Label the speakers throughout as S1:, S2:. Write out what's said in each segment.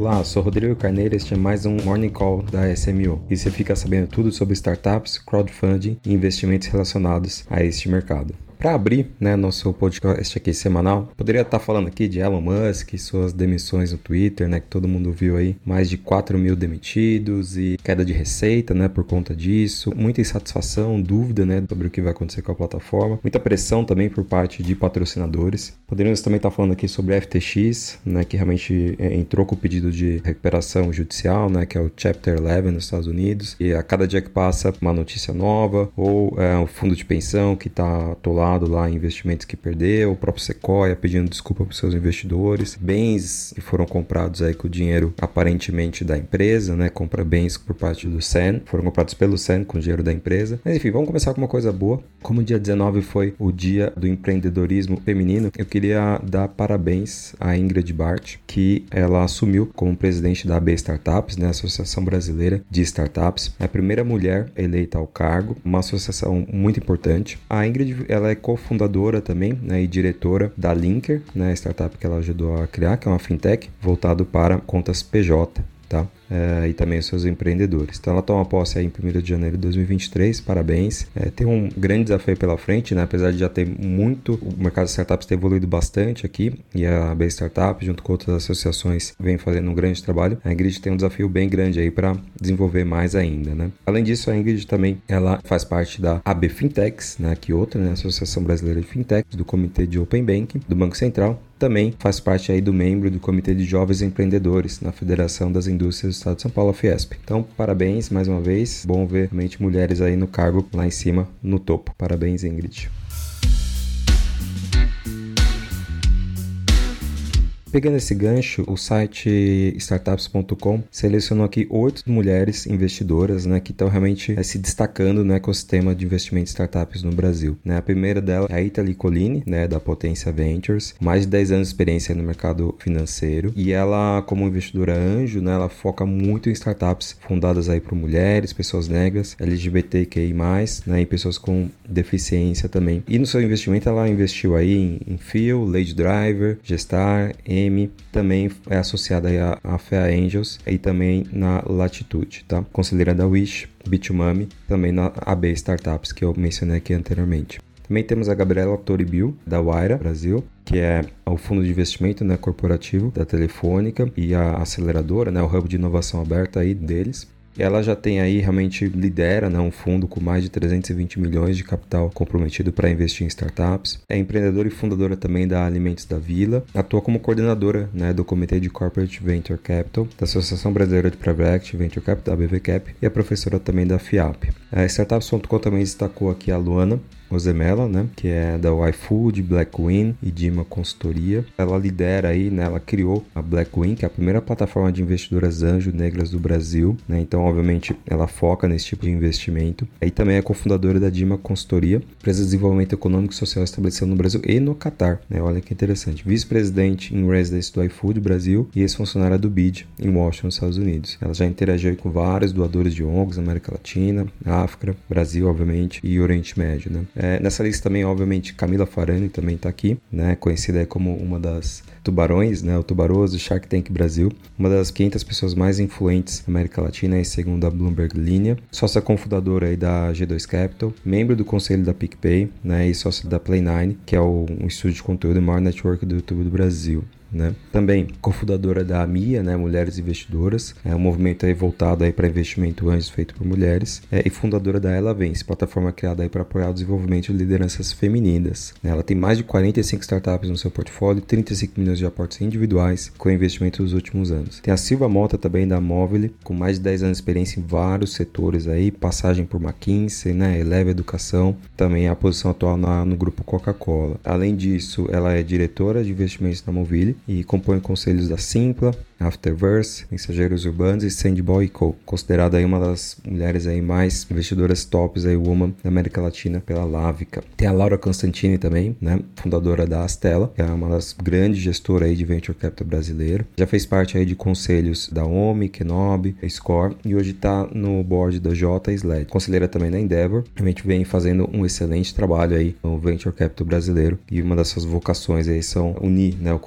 S1: Olá, sou Rodrigo Carneiro e este é mais um Morning Call da SMU. E você fica sabendo tudo sobre startups, crowdfunding e investimentos relacionados a este mercado. Para abrir, nosso podcast aqui semanal, poderia estar falando aqui de Elon Musk, suas demissões no Twitter, que todo mundo viu aí, mais de 4 mil demitidos e queda de receita, por conta disso, muita insatisfação, dúvida, sobre o que vai acontecer com a plataforma, muita pressão também por parte de patrocinadores. Poderíamos também estar falando aqui sobre a FTX, que realmente entrou com o pedido de recuperação judicial, que é o Chapter 11 nos Estados Unidos, e a cada dia que passa uma notícia nova, ou um fundo de pensão que está atolado lá em investimentos que perdeu, o próprio Sequoia pedindo desculpa para os seus investidores, bens que foram comprados aí com o dinheiro aparentemente da empresa, compra bens por parte do Sen, foram comprados pelo Sen com o dinheiro da empresa. Mas enfim, vamos começar com uma coisa boa. Como o dia 19 foi o dia do empreendedorismo feminino, eu queria dar parabéns à Ingrid Bart, que ela assumiu como presidente da AB Startups, Associação Brasileira de Startups, é a primeira mulher eleita ao cargo, uma associação muito importante. A Ingrid, ela é cofundadora também, e diretora da Linker, a startup que ela ajudou a criar, que é uma fintech voltado para contas PJ, tá? E também os seus empreendedores. Então ela toma posse aí em 1º de janeiro de 2023, parabéns. Tem um grande desafio pela frente, apesar de já ter muito, o mercado de startups tem evoluído bastante aqui, e a AB Startup, junto com outras associações, vem fazendo um grande trabalho. A Ingrid tem um desafio bem grande aí para desenvolver mais ainda, Além disso, a Ingrid também, ela faz parte da AB Fintechs, que outra, Associação Brasileira de Fintechs, do Comitê de Open Banking, do Banco Central. Também faz parte aí do membro do Comitê de Jovens Empreendedores na Federação das Indústrias do Estado de São Paulo, a Fiesp. Então, parabéns mais uma vez. Bom ver realmente mulheres aí no cargo, lá em cima, no topo. Parabéns, Ingrid. Pegando esse gancho, o site startups.com selecionou aqui 8 mulheres investidoras, que estão realmente se destacando no ecossistema de investimento em startups no Brasil. A primeira dela é a Itali Colini, da Potência Ventures, mais de 10 anos de experiência no mercado financeiro, e ela, como investidora anjo, ela foca muito em startups fundadas aí por mulheres, pessoas negras, LGBTQI+, e pessoas com deficiência também. E no seu investimento ela investiu aí em Feel, Lady Driver, Gestar, também é associada aí à Fea Angels e também na Latitude, tá? Conselheira da Wish, Bit2Mami, também na AB Startups, que eu mencionei aqui anteriormente. Também temos a Gabriela Toribil, da Wayra Brasil, que é o fundo de investimento corporativo da Telefônica e a aceleradora, o hub de inovação aberta aí deles. Ela já tem aí, realmente lidera um fundo com mais de 320 milhões de capital comprometido para investir em startups. É empreendedora e fundadora também da Alimentos da Vila. Atua como coordenadora do Comitê de Corporate Venture Capital, da Associação Brasileira de Private Equity Venture Capital, da BVCap, e é professora também da FIAP. A Startups.com também destacou aqui a Luana Rosemella, que é da iFood, Blackwin e Dima Consultoria. Ela lidera aí, ela criou a Blackwin, que é a primeira plataforma de investidoras anjo negras do Brasil, Então, obviamente, ela foca nesse tipo de investimento. E também é cofundadora da Dima Consultoria, empresa de desenvolvimento econômico e social estabelecida no Brasil e no Catar, Olha que interessante. Vice-presidente em residence do iFood Brasil e ex-funcionária do BID em Washington, Estados Unidos. Ela já interagiu com vários doadores de ONGs na América Latina, África, Brasil, obviamente, e Oriente Médio, Nessa lista também, obviamente, Camila Farani também está aqui, conhecida aí como uma das tubarões, o Tubaroso, Shark Tank Brasil, uma das 500 pessoas mais influentes da América Latina, segundo a Bloomberg Linha, sócia cofundadora aí da G2 Capital, membro do conselho da PicPay, e sócia da Play9, que é um estúdio de conteúdo e maior network do YouTube do Brasil. Também cofundadora da AMIA, Mulheres Investidoras, um movimento aí voltado aí para investimento anjo feito por mulheres, e fundadora da Ela Vence, plataforma criada aí para apoiar o desenvolvimento de lideranças femininas. Ela tem mais de 45 startups no seu portfólio, 35 milhões de aportes individuais com investimento nos últimos anos. Tem a Silva Mota também da Móvel, com mais de 10 anos de experiência em vários setores aí, passagem por McKinsey, Eleva Educação, também a posição atual no grupo Coca-Cola. Além disso, ela é diretora de investimentos da Movile e compõe conselhos da Simpla, Afterverse, Mensageiros Urbanos e Sandboy Co. Considerada aí uma das mulheres aí mais investidoras tops aí, woman da América Latina pela Lávica. Tem a Laura Constantini também, fundadora da Astela, que é uma das grandes gestoras aí de Venture Capital brasileiro. Já fez parte aí de conselhos da OMI, Kenobi, Score e hoje está no board da J SLED. Conselheira também da Endeavor. Realmente vem fazendo um excelente trabalho aí no Venture Capital brasileiro e uma das suas vocações aí são unir o conhecimento de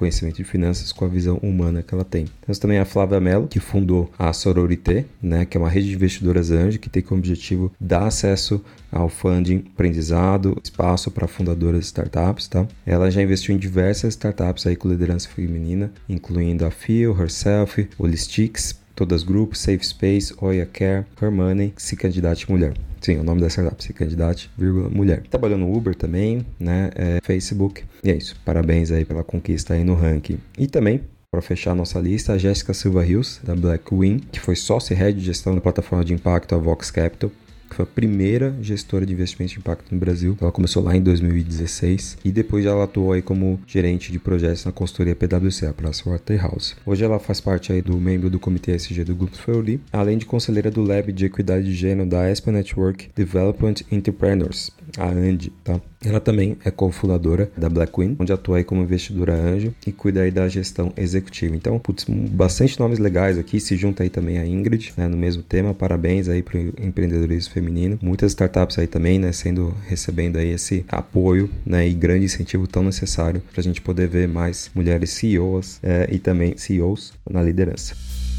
S1: finanças com a visão humana que ela tem. Temos também a Flávia Mello, que fundou a Sororité, né, que é uma rede de investidoras anjo que tem como objetivo dar acesso ao funding, aprendizado, espaço para fundadoras de startups, tá? Ela já investiu em diversas startups aí com liderança feminina, incluindo a Feel, Herself, Holistics, Todas Group, Safe Space, Oya Care, Her Money, Se Candidate Mulher. Sim, o nome da startup, Se Candidate, mulher. Trabalhou no Uber também, né? Facebook. E é isso. Parabéns aí pela conquista aí no ranking. E também, para fechar a nossa lista, a Jéssica Silva Rios, da Blackwing, que foi sócia e head de gestão da plataforma de impacto, a Vox Capital, que foi a primeira gestora de investimentos de impacto no Brasil. Ela começou lá em 2016 e depois ela atuou aí como gerente de projetos na consultoria PwC, a Pricewaterhouse. Hoje ela faz parte aí do membro do comitê ESG do Grupo Fleury, além de conselheira do Lab de Equidade de Gênero da Aspen Network Development Entrepreneurs, a ANDE, tá? Ela também é cofundadora da Blackwing, onde atua aí como investidora anjo e cuida aí da gestão executiva. Então, bastante nomes legais aqui, se junta aí também a Ingrid, né, no mesmo tema. Parabéns aí para o empreendedorismo feminino. Muitas startups aí também, né, recebendo aí esse apoio, né, e grande incentivo tão necessário para a gente poder ver mais mulheres CEOs e também CEOs na liderança.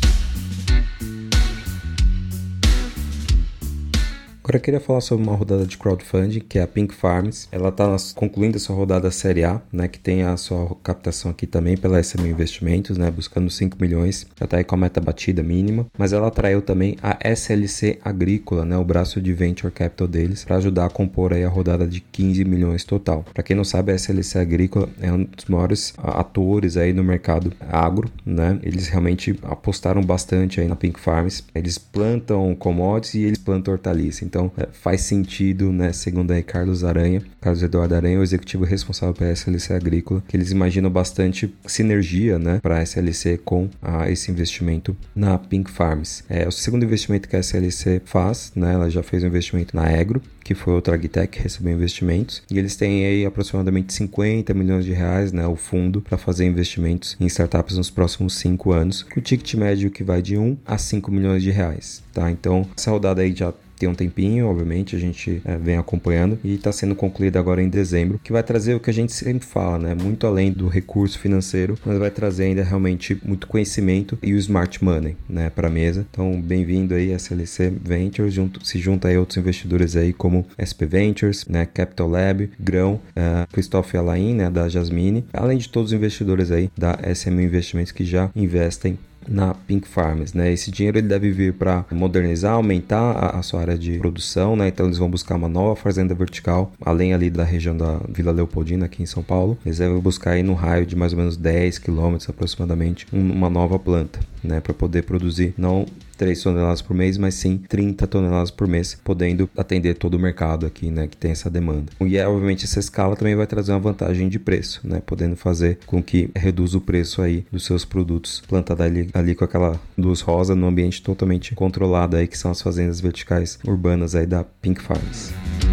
S1: Agora eu queria falar sobre uma rodada de crowdfunding, que é a Pink Farms. Ela está concluindo a sua rodada Série A, né, que tem a sua captação aqui também pela SMU Investimentos, né, buscando 5 milhões, já está aí com a meta batida mínima. Mas ela atraiu também a SLC Agrícola, né, o braço de Venture Capital deles, para ajudar a compor aí a rodada de 15 milhões total. Para quem não sabe, a SLC Agrícola é um dos maiores atores aí no mercado agro, né? Eles realmente apostaram bastante aí na Pink Farms. Eles plantam commodities e eles plantam hortaliça. Então, faz sentido, né, segundo aí Carlos Eduardo Aranha, o executivo responsável pela SLC Agrícola, que eles imaginam bastante sinergia, né, para a SLC com esse investimento na Pink Farms. É o segundo investimento que a SLC faz, né, ela já fez um investimento na Agro, que foi outra agtech que recebeu investimentos, e eles têm aí aproximadamente 50 milhões de reais, né, o fundo para fazer investimentos em startups nos próximos 5 anos, com o ticket médio que vai de 1 a 5 milhões de reais, tá? Então, essa rodada aí já tem um tempinho, obviamente, a gente vem acompanhando e está sendo concluída agora em dezembro, que vai trazer o que a gente sempre fala, né? Muito além do recurso financeiro, mas vai trazer ainda realmente muito conhecimento e o smart money, né, para a mesa. Então, bem-vindo aí a SLC Ventures, se junta aí outros investidores aí como SP Ventures, né, Capital Lab, Grão, Christophe Alain, né, da Jasmine, além de todos os investidores aí da SMU Investimentos que já investem na Pink Farms, né? Esse dinheiro ele deve vir para modernizar, aumentar a sua área de produção, né? Então eles vão buscar uma nova fazenda vertical, além ali da região da Vila Leopoldina, aqui em São Paulo. Eles devem buscar aí no raio de mais ou menos 10 quilômetros aproximadamente uma nova planta, né? Para poder produzir não 3 toneladas por mês, mas sim 30 toneladas por mês, podendo atender todo o mercado aqui, né, que tem essa demanda. E obviamente essa escala também vai trazer uma vantagem de preço, né, podendo fazer com que reduza o preço aí dos seus produtos plantados ali com aquela luz rosa num ambiente totalmente controlado aí, que são as fazendas verticais urbanas aí da Pink Farms.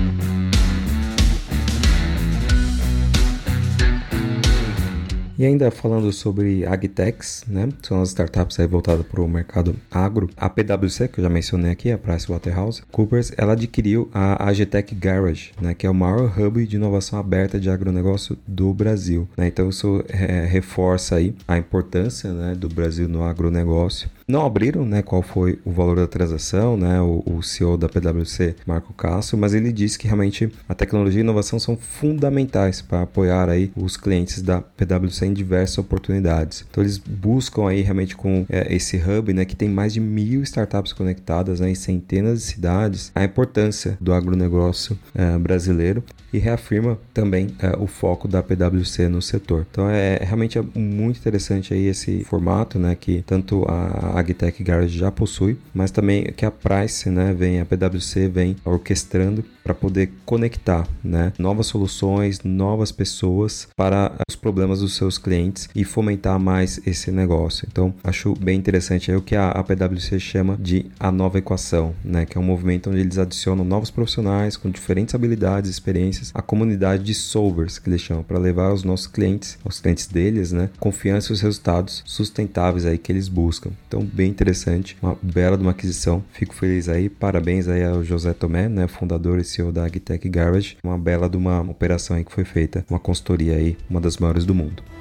S1: E ainda falando sobre agtechs, né? São as startups aí voltadas para o mercado agro. A PwC, que eu já mencionei aqui, a PricewaterhouseCoopers, ela adquiriu a Agtech Garage, né? Que é o maior hub de inovação aberta de agronegócio do Brasil, né? Então isso reforça aí a importância, né, do Brasil no agronegócio. Não abriram, né, qual foi o valor da transação, né, o CEO da PwC, Marco Castro, mas ele disse que realmente a tecnologia e a inovação são fundamentais para apoiar aí os clientes da PwC em diversas oportunidades. Então eles buscam aí realmente com esse hub, né, que tem mais de 1.000 startups conectadas, né, em centenas de cidades, a importância do agronegócio brasileiro e reafirma também o foco da PwC no setor. Então realmente muito interessante aí esse formato, né, que tanto a Agtech Garage já possui, mas também que a Price, né, a PwC vem orquestrando para poder conectar, né, novas soluções, novas pessoas para os problemas dos seus clientes e fomentar mais esse negócio. Então, acho bem interessante aí o que a PwC chama de a nova equação, né, que é um movimento onde eles adicionam novos profissionais com diferentes habilidades e experiências à comunidade de solvers, que eles chamam, para levar aos nossos clientes, aos clientes deles, né, confiança e os resultados sustentáveis aí que eles buscam. Então, bem interessante, uma bela de uma aquisição. Fico feliz aí, parabéns aí ao José Tomé, né, fundador e CEO da Agtech Garage. Uma bela de uma operação aí que foi feita, uma consultoria aí, uma das maiores do mundo.